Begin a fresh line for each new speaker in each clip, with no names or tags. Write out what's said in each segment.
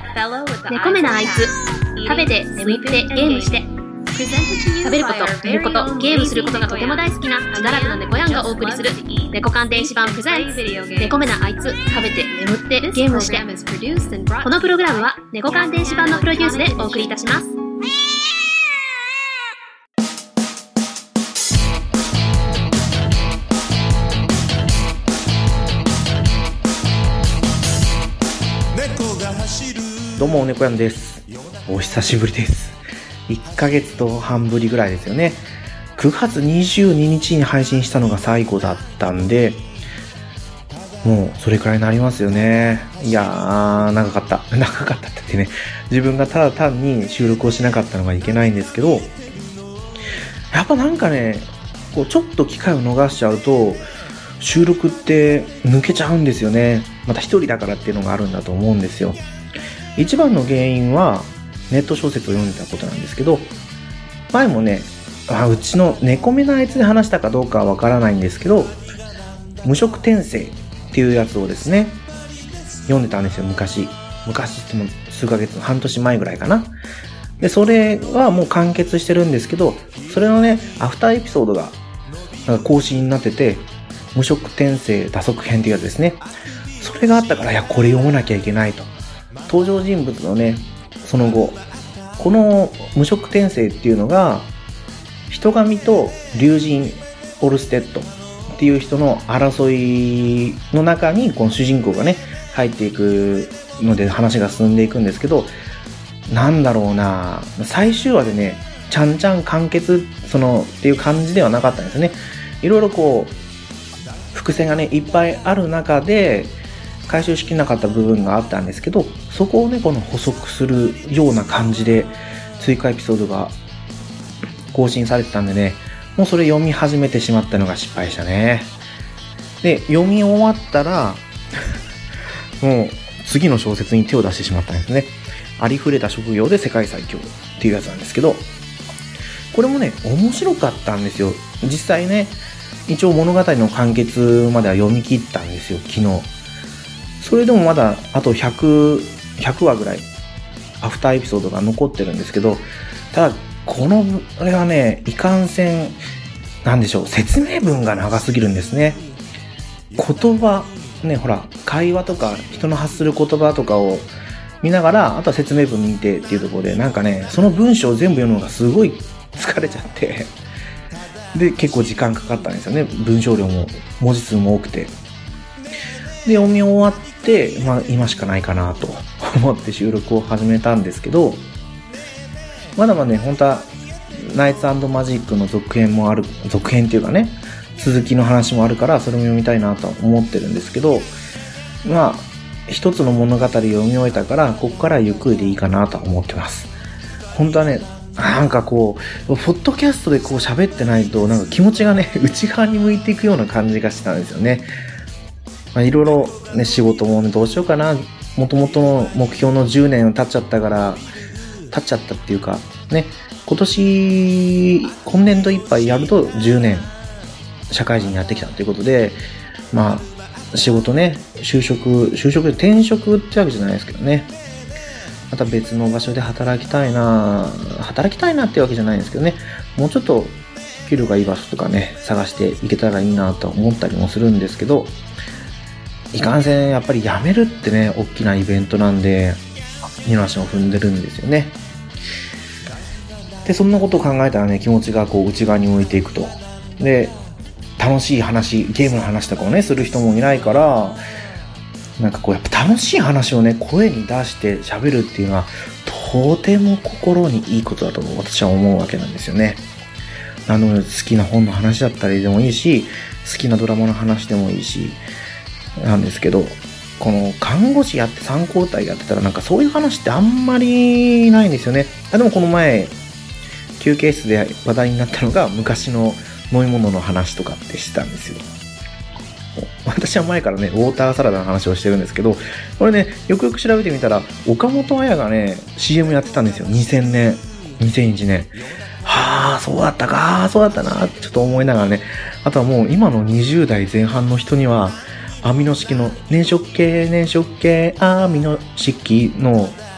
猫目なあいつ、食べて眠ってゲームして、食べること、寝ること、ゲームすることがとても大好きな自堕落な猫やんがお送りする猫鑑電子版プレゼンツ猫目なあいつ、食べて眠ってゲームして。このプログラムは猫鑑電子版のプロデュースでお送りいたします。
どうも猫やんです。お久しぶりです。1ヶ月と半ぶりぐらいですよね。9月22日に配信したのが最後だったんで、もうそれくらいになりますよね。いやー、長かったってね、自分がただ単に収録をしなかったのがいけないんですけど、やっぱなんかね、こうちょっと機会を逃しちゃうと収録って抜けちゃうんですよね。また一人だからっていうのがあるんだと思うんですよ。一番の原因はネット小説を読んでたことなんですけど、前もね、うちの猫目のあいつで話したかどうかはわからないんですけど、無職転生っていうやつをですね、読んでたんですよ。昔っても数ヶ月、半年前ぐらいかな。で、それはもう完結してるんですけど、それのね、アフターエピソードが更新になってて、無職転生打足編っていうやつですね。それがあったから、いや、これ読まなきゃいけないと。登場人物のね、その後、この無職転生っていうのが、人神と竜神オルステッドっていう人の争いの中に、この主人公がね、入っていくので話が進んでいくんですけど、なんだろうな、最終話でね、ちゃんちゃん完結、っていう感じではなかったんですよね。いろいろこう、伏線がね、いっぱいある中で、回収しきれなかった部分があったんですけど、そこをね、この補足するような感じで追加エピソードが更新されてたんでね、もうそれ読み始めてしまったのが失敗したね。で、読み終わったらもう次の小説に手を出してしまったんですね。ありふれた職業で世界最強っていうやつなんですけど、これもね、面白かったんですよ。実際ね、一応物語の完結までは読み切ったんですよ、昨日。それでもまだあと100話ぐらいアフターエピソードが残ってるんですけど、ただこれはね、いかんせんなんでしょう、説明文が長すぎるんですね。言葉ね、ほら会話とか人の発する言葉とかを見ながら、あとは説明文見てっていうところで、なんかね、その文章を全部読むのがすごい疲れちゃってで結構時間かかったんですよね。文章量も文字数も多くて、で読み終わって、今しかないかなと思って収録を始めたんですけど、まだまだね、本当はナイツ&マジックの続編っていうかね、続きの話もあるから、それも読みたいなと思ってるんですけど、一つの物語を読み終えたから、ここからゆっくりでいいかなと思ってます。本当はね、なんかこうポッドキャストでこう喋ってないと、なんか気持ちがね、内側に向いていくような感じがしたんですよね。いろいろね、仕事もね、どうしようかな。もともとの目標の10年経っちゃったっていうか、ね、今年度いっぱいやると10年、社会人やってきたということで、仕事ね、転職ってわけじゃないですけどね。また別の場所で働きたいなってわけじゃないんですけどね。もうちょっと給料がいい場所とかね、探していけたらいいなと思ったりもするんですけど、いかんせんやっぱり辞めるってね、大きなイベントなんで、二の足を踏んでるんですよね。で、そんなことを考えたらね、気持ちがこう内側に向いていくと。で、楽しい話、ゲームの話とかをね、する人もいないから、なんかこうやっぱ楽しい話をね、声に出して喋るっていうのは、とても心にいいことだと私は思うわけなんですよね。好きな本の話だったりでもいいし、好きなドラマの話でもいいし、なんですけど、この看護師やって3交代やってたら、なんかそういう話ってあんまりないんですよね。でもこの前休憩室で話題になったのが昔の飲み物の話とかってしてたんですよ。私は前からね、ウォーターサラダの話をしてるんですけど、これね、よくよく調べてみたら、岡本彩がね CM やってたんですよ。2001年。そうだったなってちょっと思いながらね。あとはもう今の20代前半の人にはアミノ式の粘色系アミノ式の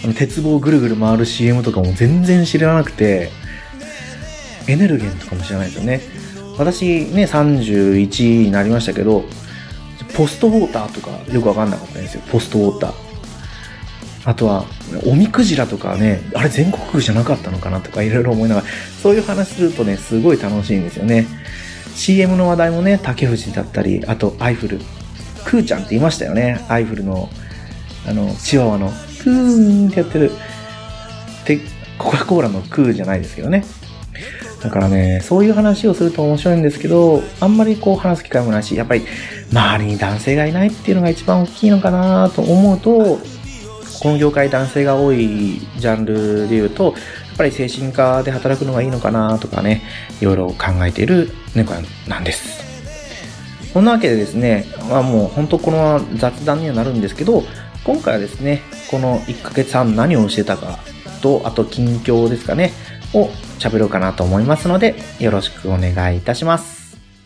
鉄棒ぐるぐる回る CM とかも全然知らなくて、エネルゲンとかも知らないですよね。私ね、31になりましたけど、ポストウォーターとかよくわかんなかったんですよ。ポストウォーター。あとは、おみくじらとかね、あれ全国区じゃなかったのかなとかいろいろ思いながら、そういう話するとね、すごい楽しいんですよね。CM の話題もね、竹藤だったり、あとアイフル。クーちゃんって言いましたよね。アイフルの、チワワの、クーンってやってる。で、コカ・コーラのクーじゃないですけどね。だからね、そういう話をすると面白いんですけど、あんまりこう話す機会もないし、やっぱり周りに男性がいないっていうのが一番大きいのかなと思うと、この業界男性が多いジャンルで言うと、やっぱり精神科で働くのがいいのかなとかね、いろいろ考えている猫なんです。そんなわけでですね、もう本当この雑談にはなるんですけど、今回はですね、この1ヶ月半何をしてたかと、あと近況ですかね、を喋ろうかなと思いますので、よろしくお願いいたします。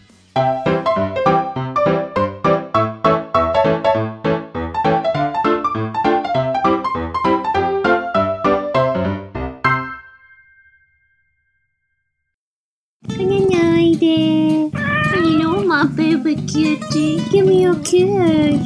Give me a kiss.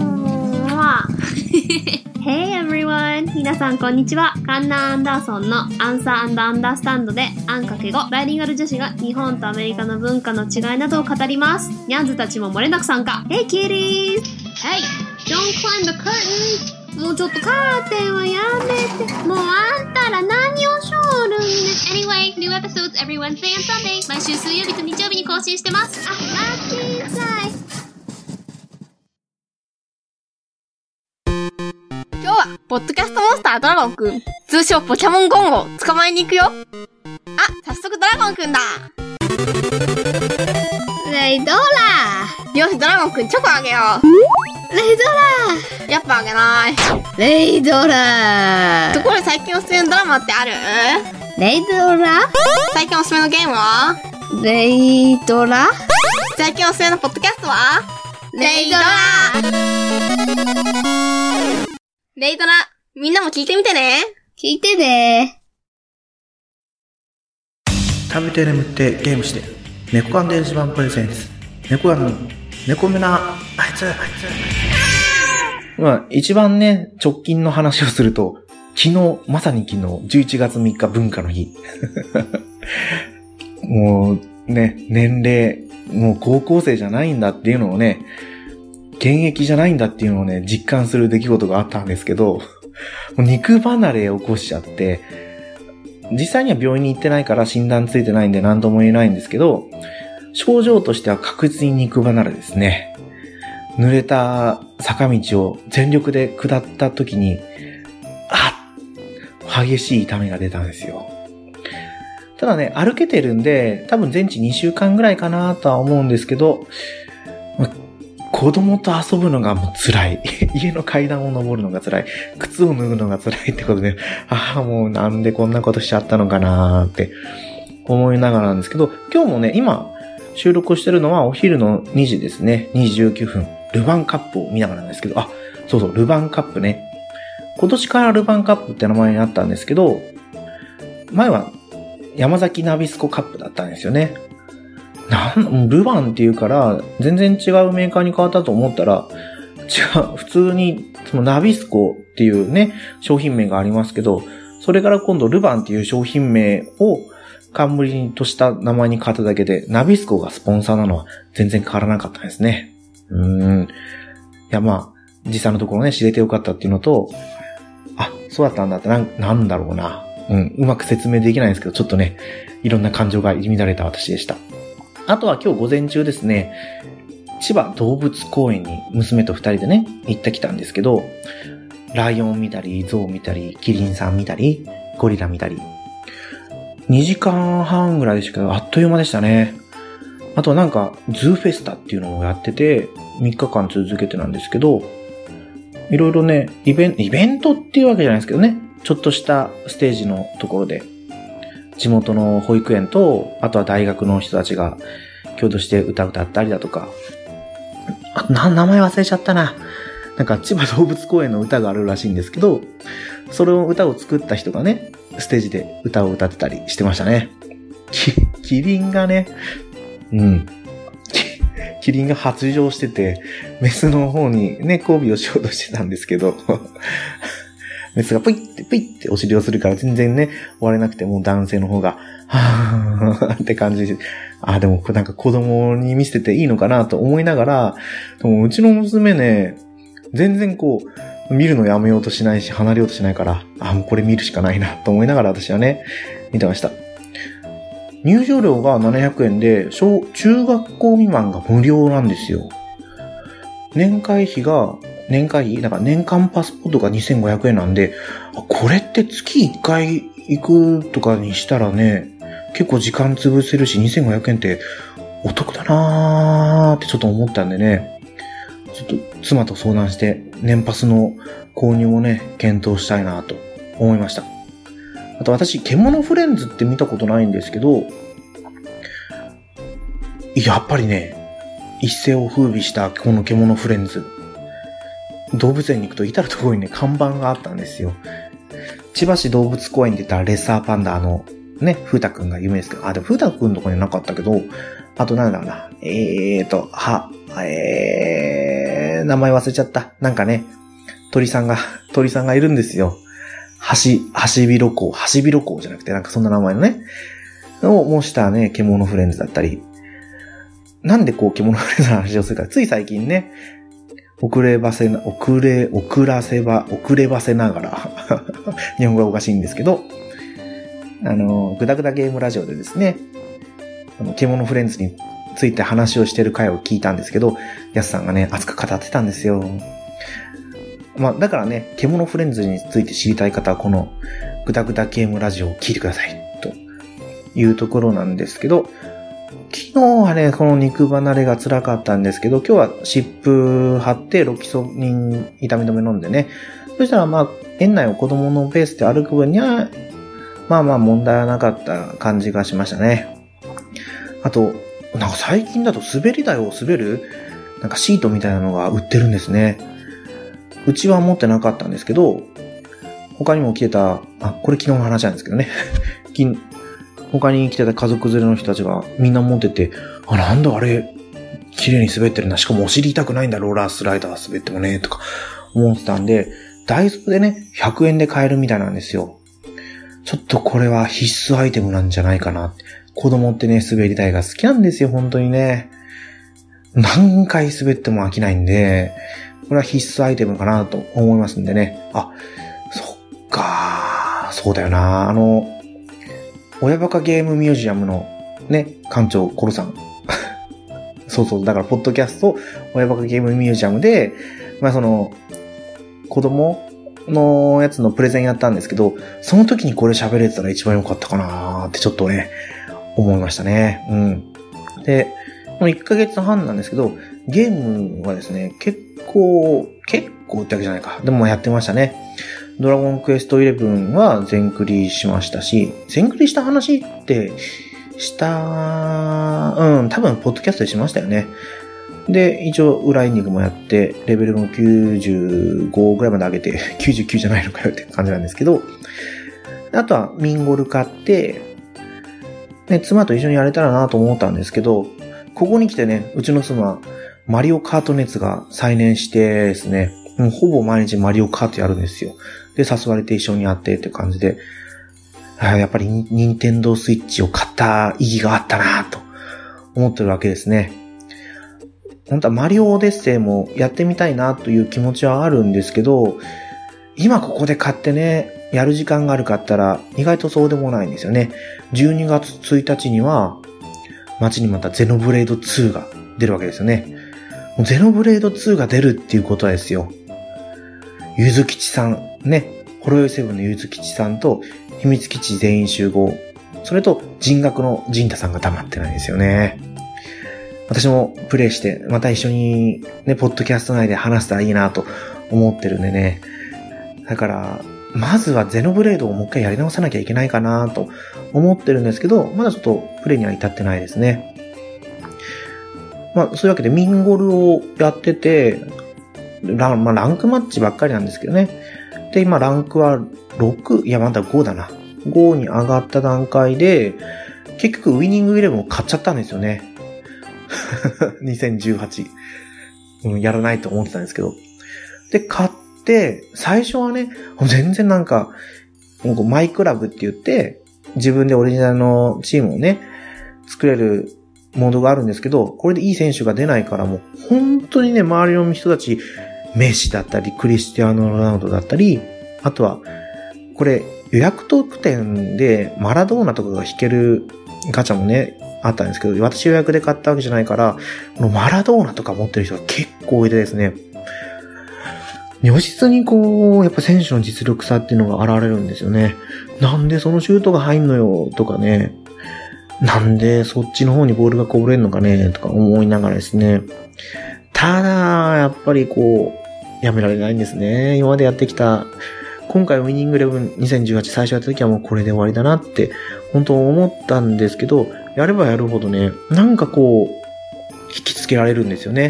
Hey everyone! 皆さんこんにちは。カンナ・アンダーソンのアンサー&アンダースタンドでアンかけ語バイリンガル女子が日本とアメリカの文化の違いなどを語ります。ニャンズたちも漏れなく参加。Hey kitties! Hey! Don't climb the curtains! もうちょっとカーテンはやめて。もうあんたら何をしょるんです。Anyway, new episodes every Wednesday and Sunday. 毎週水曜日と日曜日に更新してます。あ、小さい。
今日は、ポッドキャストモンスタードラゴンくん、通称ポケモンゴンを捕まえに行くよ。あ、早速ドラゴンくんだ。
レイドラ
よし、ドラゴンくんチョコあげよう。
レイドラ
やっぱあげない。
レイドラ
ところで最近おすすめのドラマってある？
レイドラ
最近おすすめのゲームは？
レイドラ
最近おすすめのポッドキャストは？レイドラレイドラ、みんなも聞いてみてね。
聞いてね。
食べて眠ってゲームして、猫缶電子版プレゼンツ。猫缶の猫目なあいつ。一番ね、直近の話をすると、まさに昨日、11月3日文化の日。もうね、年齢、もう高校生じゃないんだっていうのをね、現役じゃないんだっていうのをね、実感する出来事があったんですけど、肉離れを起こしちゃって、実際には病院に行ってないから診断ついてないんで何とも言えないんですけど、症状としては確実に肉離れですね。濡れた坂道を全力で下った時に、激しい痛みが出たんですよ。ただね、歩けてるんで、多分全治2週間ぐらいかなとは思うんですけど、子供と遊ぶのがもう辛い。家の階段を登るのが辛い。靴を脱ぐのが辛いってことで、もうなんでこんなことしちゃったのかなーって思いながらなんですけど、今日もね、今収録してるのはお昼の2時ですね。2時19分。ルヴァンカップを見ながらなんですけど、そう、ルヴァンカップね。今年からルヴァンカップって名前になったんですけど、前は山崎ナビスコカップだったんですよね。ルヴァンっていうから全然違うメーカーに変わったと思ったら、普通にそのナビスコっていうね、商品名がありますけど、それから今度ルヴァンっていう商品名を冠とした名前に変わっただけで、ナビスコがスポンサーなのは全然変わらなかったんですね。いや実際のところね、知れてよかったっていうのと、そうだったんだってなんだろうな。うまく説明できないんですけど、ちょっとね、いろんな感情が入り乱れた私でした。あとは今日午前中ですね、千葉動物公園に娘と2人でね、行ってきたんですけど、ライオン見たり、ゾウ見たり、キリンさん見たり、ゴリラ見たり。2時間半ぐらいでしたけど、あっという間でしたね。あとはズーフェスタっていうのをやってて、3日間続けてなんですけど、いろいろね、イベントっていうわけじゃないですけどね、ちょっとしたステージのところで、地元の保育園と、あとは大学の人たちが共同して歌ったりだとか、名前忘れちゃったな。 なんか千葉動物公園の歌があるらしいんですけど、それを歌を作った人がね、ステージで歌を歌ってたりしてましたね。キリンがね、キリンが発情してて、メスの方にね、交尾をしようとしてたんですけど、メスがプイってお尻をするから全然ね、終われなくて、もう男性の方が、はぁーって感じで、でもなんか子供に見せてていいのかなと思いながら、でもうちの娘ね、全然見るのやめようとしないし、離れようとしないから、もうこれ見るしかないなと思いながら私はね、見てました。入場料が700円で、中学校未満が無料なんですよ。年会費、だから年間パスポートが2500円なんで、これって月1回行くとかにしたらね、結構時間潰せるし、2500円ってお得だなーってちょっと思ったんでね、ちょっと妻と相談して年パスの購入もね、検討したいなと思いました。あと私、獣フレンズって見たことないんですけど、やっぱりね、一世を風靡したこの獣フレンズ、動物園に行くと至るところにね、看板があったんですよ。千葉市動物公園で言ったらレッサーパンダのね、風太くんが有名ですけど、でも風太くんのところにはなかったけど、あとなんだろうな、名前忘れちゃった。なんかね、鳥さんがいるんですよ。ハシビロコウじゃなくて、なんかそんな名前のね、を模したね、獣フレンズだったり。なんで獣フレンズの話をするか、つい最近ね、遅ればせながら、日本語がおかしいんですけど、グダグダゲームラジオでですね、獣フレンズについて話をしてる回を聞いたんですけど、ヤスさんがね、熱く語ってたんですよ。だからね、獣フレンズについて知りたい方は、このグダグダゲームラジオを聞いてください、というところなんですけど、昨日はね、この肉離れが辛かったんですけど、今日は湿布貼ってロキソニン痛み止め飲んでね、そしたら園内を子供のペースで歩く分には、問題はなかった感じがしましたね。あと、なんか最近だと滑り台を滑る、なんかシートみたいなのが売ってるんですね。うちは持ってなかったんですけど、他にも来てた、これ昨日の話なんですけどね。他に来てた家族連れの人たちがみんな持ってて、なんだあれ、綺麗に滑ってるな。しかもお尻痛くないんだ、ローラースライダー滑ってもね、とか思ってたんで、ダイソーでね、100円で買えるみたいなんですよ。ちょっとこれは必須アイテムなんじゃないかな。子供ってね、滑り台が好きなんですよ、本当にね。何回滑っても飽きないんで、これは必須アイテムかなと思いますんでね。そっかー、そうだよな。親バカゲームミュージアムのね、館長コロさん。そう、だからポッドキャスト親バカゲームミュージアムで、子供のやつのプレゼンやったんですけど、その時にこれ喋れてたら一番良かったかなーってちょっとね、思いましたね。で、1ヶ月半なんですけど、ゲームはですね、結構ってわけじゃないか。でもやってましたね。ドラゴンクエスト11は全クリしましたし、全クリした話って多分ポッドキャストでしましたよね。で、一応裏エンディングもやって、レベルの95ぐらいまで上げて、99じゃないのかよって感じなんですけど、あとはミンゴル買って、ね、妻と一緒にやれたらなと思ったんですけど、ここに来てね、うちの妻、マリオカート熱が再燃してですね、もうほぼ毎日マリオカートやるんですよ。で、誘われて一緒にやってって感じで、やっぱり任天堂スイッチを買った意義があったなと思ってるわけですね。本当はマリオオデッセイもやってみたいなという気持ちはあるんですけど、今ここで買ってね、やる時間があるかったら意外とそうでもないんですよね。12月1日には街にまたゼノブレード2が出るわけですよね。ゼノブレード2が出るっていうことはですよ。ゆずきちさん、ね、ホロヨイ7のゆずきちさんと秘密基地全員集合。それと人学のジンタさんが黙ってないんですよね。私もプレイして、また一緒にね、ポッドキャスト内で話せたらいいなと思ってるんでね。だから、まずはゼノブレードをもう一回やり直さなきゃいけないかなと思ってるんですけど、まだちょっとプレイには至ってないですね。そういうわけでミンゴルをやってて、 ランクマッチばっかりなんですけどね。で、今ランクは6、いやまだ5だな。5に上がった段階で、結局ウィニングイレブンを買っちゃったんですよね。2018。やらないと思ってたんですけど。で、買って、最初はね、全然なんかマイクラブって言って、自分でオリジナルのチームをね、作れるモードがあるんですけど、これでいい選手が出ないからもう、本当にね、周りの人たち、メッシだったり、クリスティアーノ・ロナウドだったり、あとは、これ、予約特典でマラドーナとかが引けるガチャもね、あったんですけど、私予約で買ったわけじゃないから、このマラドーナとか持ってる人が結構いてですね、如実にこう、やっぱ選手の実力差っていうのが現れるんですよね。なんでそのシュートが入んのよとかね、なんでそっちの方にボールがこぼれんのかねとか思いながらですね。ただ、やっぱりこう、やめられないんですね。今までやってきた、今回ウィニングイレブン2018最初やった時はもうこれで終わりだなって、本当思ったんですけど、やればやるほどね、なんかこう、引きつけられるんですよね。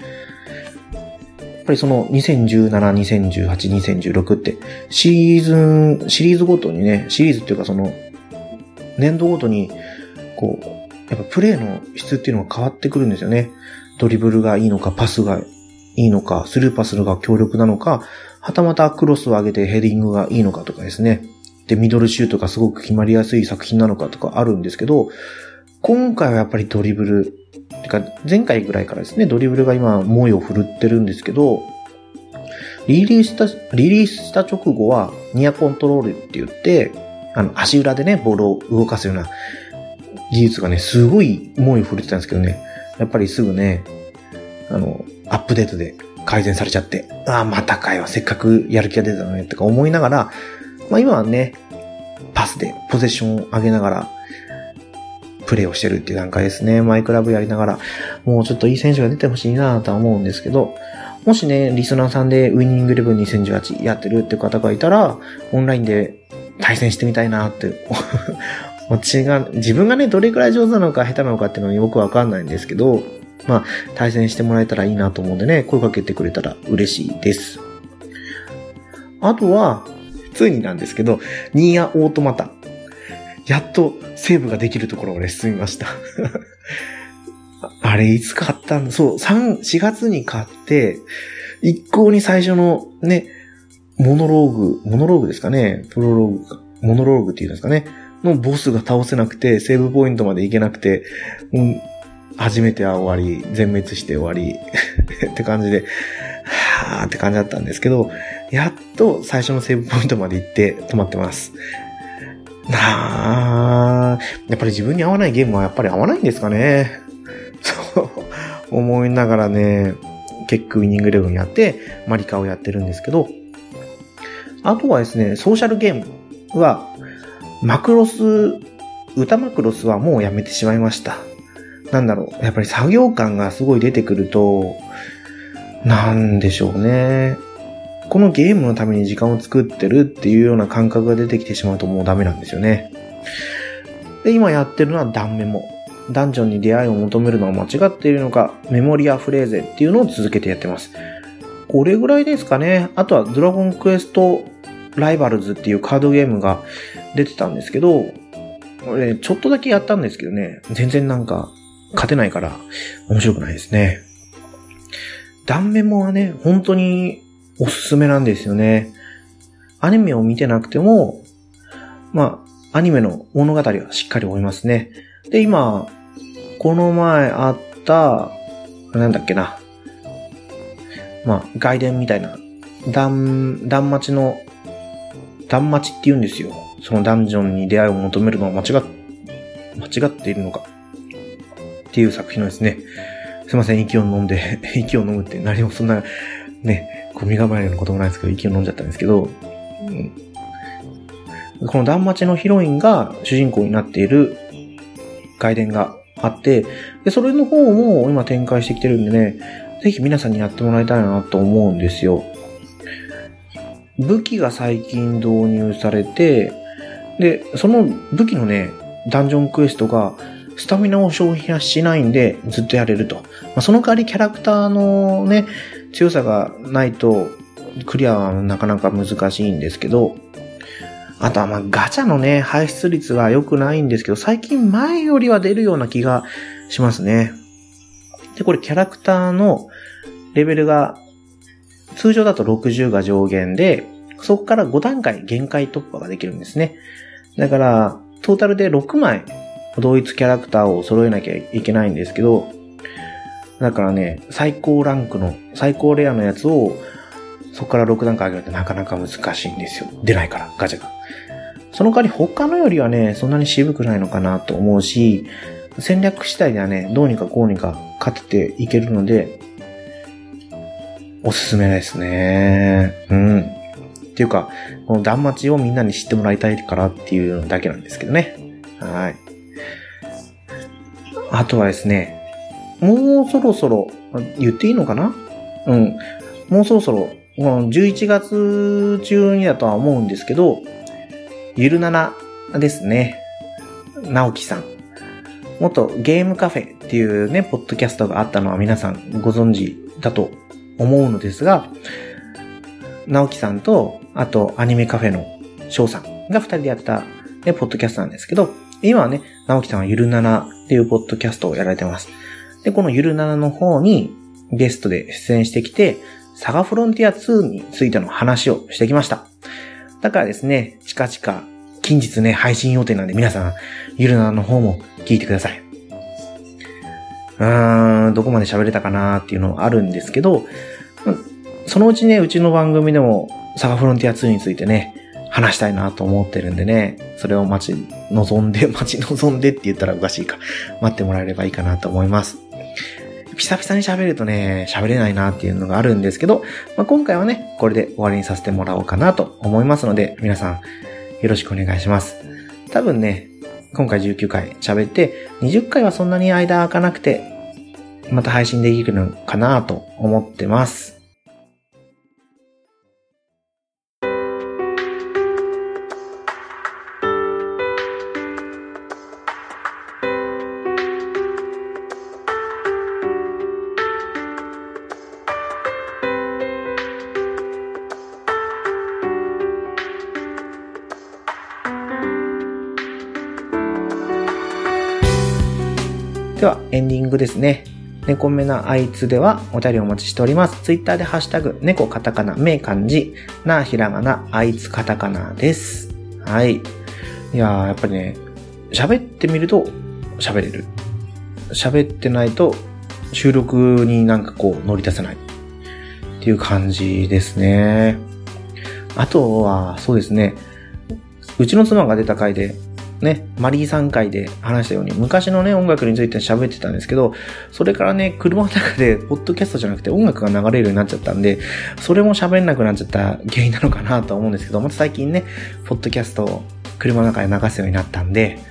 やっぱりその2017、2018、2016ってシリーズごとにね、シリーズっていうかその年度ごとにこう、やっぱプレーの質っていうのが変わってくるんですよね。ドリブルがいいのか、パスがいいのか、スルーパスが強力なのか、はたまたクロスを上げてヘディングがいいのかとかですね。で、ミドルシュートがすごく決まりやすい作品なのかとかあるんですけど、今回はやっぱりドリブル、てか前回ぐらいからですね、ドリブルが今猛威を振るってるんですけど、リリースした直後はニアコントロールって言って、足裏でね、ボールを動かすような技術がね、すごい猛威を振るってたんですけどね、やっぱりすぐね、アップデートで改善されちゃって、またかよ、せっかくやる気が出たのね、とか思いながら、今はね、パスでポゼッションを上げながら、プレーをしてるっていう段階ですね。マイクラブやりながら、もうちょっといい選手が出てほしいなとは思うんですけど、もしね、リスナーさんでウィニングイレブン2018やってるって方がいたら、オンラインで対戦してみたいなって、自分がね、どれくらい上手なのか下手なのかっていうのによくわかんないんですけど、対戦してもらえたらいいなと思うんでね、声かけてくれたら嬉しいです。あとは、ついになんですけど、ニーアオートマタ。やっとセーブができるところまで進みました。あれ、いつ買ったんだ？そう、4月に買って、一向に最初のね、モノローグですかね、モノローグっていうんですかね、のボスが倒せなくて、セーブポイントまで行けなくて、初めては終わり、全滅して終わり、って感じで、はーって感じだったんですけど、やっと最初のセーブポイントまで行って止まってます。やっぱり自分に合わないゲームはやっぱり合わないんですかね。そう思いながらね、結局ウィニングイレブンやってマリカをやってるんですけど、あとはですね、ソーシャルゲームは歌マクロスはもうやめてしまいました。やっぱり作業感がすごい出てくると、なんでしょうね。このゲームのために時間を作ってるっていうような感覚が出てきてしまうともうダメなんですよね。で、今やってるのはダンメモ。ダンジョンに出会いを求めるのは間違っているのか、メモリアフレーゼっていうのを続けてやってます。これぐらいですかね。あとはドラゴンクエストライバルズっていうカードゲームが出てたんですけど、これちょっとだけやったんですけどね、全然勝てないから面白くないですね。ダンメモはね、本当におすすめなんですよね。アニメを見てなくても、アニメの物語はしっかり追いますね。で、今、この前あった、外伝みたいな、断末って言うんですよ。そのダンジョンに出会いを求めるのは間違っているのか。っていう作品ですね。すいません、息を飲むって何もそんな、ね、身構えるようなこともないですけど、息を飲んじゃったんですけど、この断末のヒロインが主人公になっている外伝があって、で、それの方も今展開してきてるんでね、ぜひ皆さんにやってもらいたいなと思うんですよ。武器が最近導入されて、で、その武器のね、ダンジョンクエストがスタミナを消費しないんでずっとやれると。その代わりキャラクターのね、 強さがないとクリアはなかなか難しいんですけど、あとはガチャのね、排出率は良くないんですけど、最近前よりは出るような気がしますね。で、これキャラクターのレベルが通常だと60が上限で、そこから5段階限界突破ができるんですね。だから、トータルで6枚同一キャラクターを揃えなきゃいけないんですけど、だからね、最高ランクの、最高レアのやつを、そこから6段階上げるとなかなか難しいんですよ。出ないから、ガチャが。その代わり他のよりはね、そんなに渋くないのかなと思うし、戦略次第ではね、どうにかこうにか勝てていけるので、おすすめですね。っていうか、この断末をみんなに知ってもらいたいからっていうだけなんですけどね。はい。あとはですね、もうそろそろ、言っていいのかな？もうそろそろ、11月中にだとは思うんですけど、ゆるななですね。直樹さん。元ゲームカフェっていうね、ポッドキャストがあったのは皆さんご存知だと思うのですが、直樹さんと、あとアニメカフェの翔さんが2人でやってた、ね、ポッドキャストなんですけど、今はね、直樹さんはゆるななっていうポッドキャストをやられてます。で、このゆるななの方にゲストで出演してきて、サガフロンティア2についての話をしてきました。だからですね、近々、近日ね、配信予定なんで皆さん、ゆるななの方も聞いてください。どこまで喋れたかなっていうのはあるんですけど、そのうちね、うちの番組でもサガフロンティア2についてね、話したいなと思ってるんでね、それを待ち望んでって言ったらおかしいか、待ってもらえればいいかなと思います。久々に喋るとね、喋れないなっていうのがあるんですけど、今回はね、これで終わりにさせてもらおうかなと思いますので、皆さんよろしくお願いします。多分ね、今回19回喋って、20回はそんなに間空かなくて、また配信できるのかなと思ってます。では、エンディングですね。猫目なあいつではお便りお待ちしております。ツイッターでハッシュタグ、猫カタカナ、め漢字、なひらがな、あいつカタカナです。はい。いやー、やっぱりね、喋ってみると喋れる。喋ってないと収録に乗り出せないっていう感じですね。あとは、そうですね、うちの妻が出た回で、ね、マリーさん回で話したように、昔のね、音楽について喋ってたんですけど、それからね、車の中で、ポッドキャストじゃなくて音楽が流れるようになっちゃったんで、それも喋んなくなっちゃった原因なのかなと思うんですけど、また最近ね、ポッドキャストを車の中で流すようになったんで、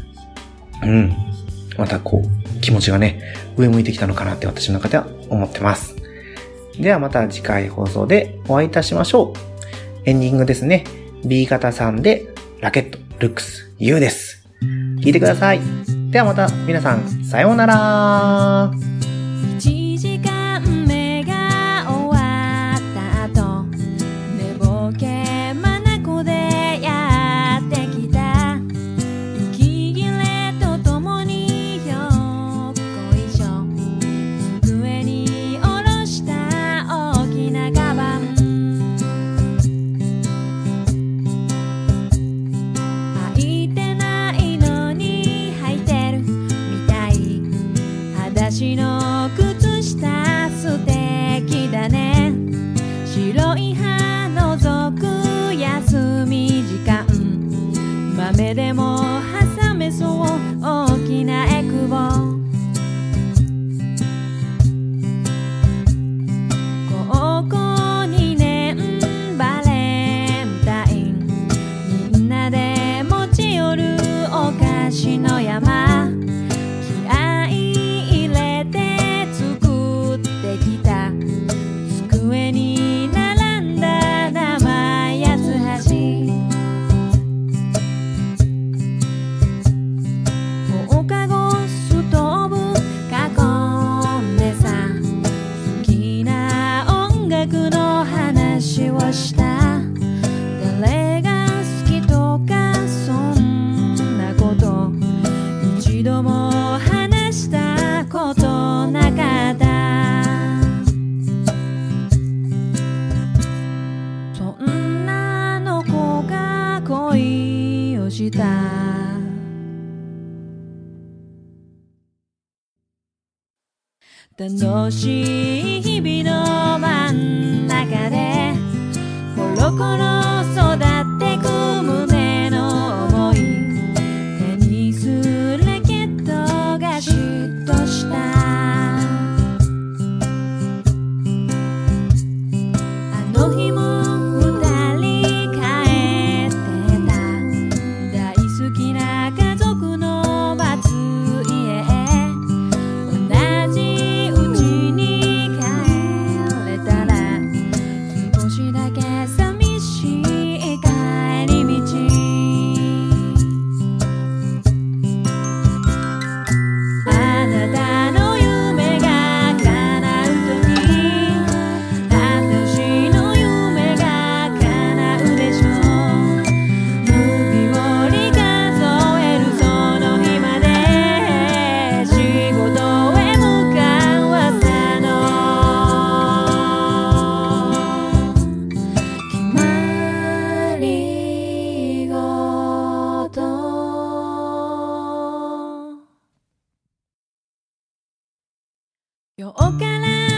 また気持ちがね、上向いてきたのかなって私の中では思ってます。ではまた次回放送でお会いいたしましょう。エンディングですね。B 型さんで、ラケット、ルックス、U です。聞いてください。ではまた皆さん、さようなら。
1時間目が終わった後、寝ぼけ眼でやってきた。息切れとともによっこいしょ。机に下ろした大きなカバン。私の靴下素敵だね。白い歯覗く休み時間。豆でも挟めそう大きなエクボ。高校2年バレンタイン。みんなで持ち寄るお菓子の山。机に並んだ生八つ橋。放課後スト楽しい日々の真ん中でコロコロ育ってく胸の想い、テニスラケットが嫉妬したあの日も二人帰ってた大好きな家族の待つ家へ同じうちに帰れたら少しだけ寂しい帰り道あなたの夢が叶うとき私の夢が叶うでしょう指折り数えるその日まで仕事へ向かう朝の決まり事よから